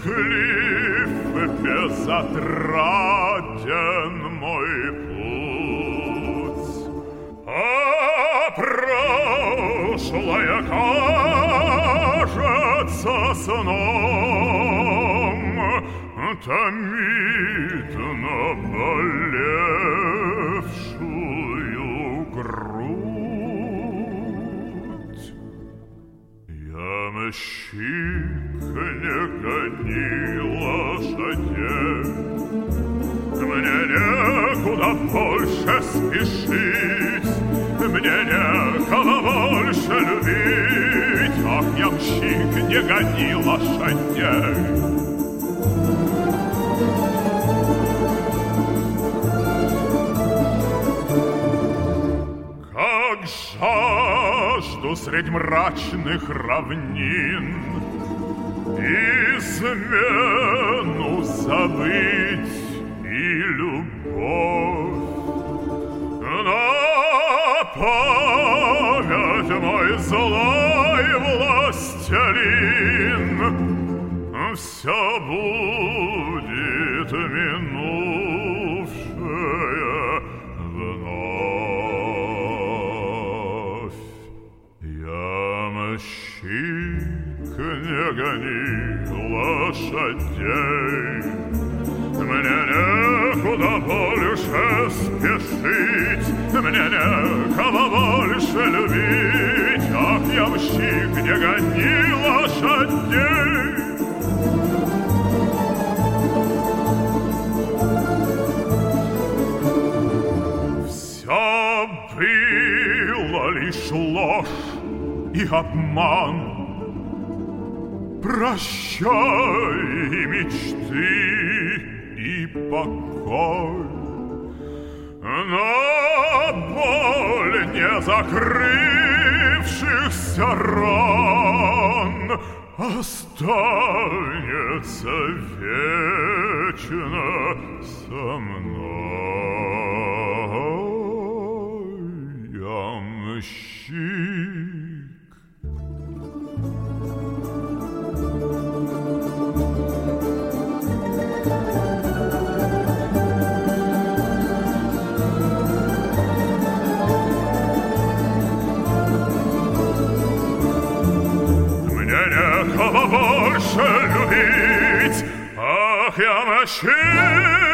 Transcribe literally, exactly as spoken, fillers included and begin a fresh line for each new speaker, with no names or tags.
счастлив, безотраден мой путь. А прошлое кажется сном, томит наболевшую грудь. Ямщик, не гони лошадей, мне некуда больше спешить, мне некого больше любить. Ах, ямщик, не гони лошадей. Как жажду средь мрачных равнин измену забыть и любовь. На память мой злой властелин все будет минувшее вновь. Ямщик, не гони лошадей, мне некуда больше спешить, мне некого больше любить. Ах, ямщик, не гони лошадей. Все было лишь ложь и обман. Прощай мечты и покой, но боль не закрывшихся ран останется вечно со мной, ямщик. Некого больше любить. Ах, ямщик!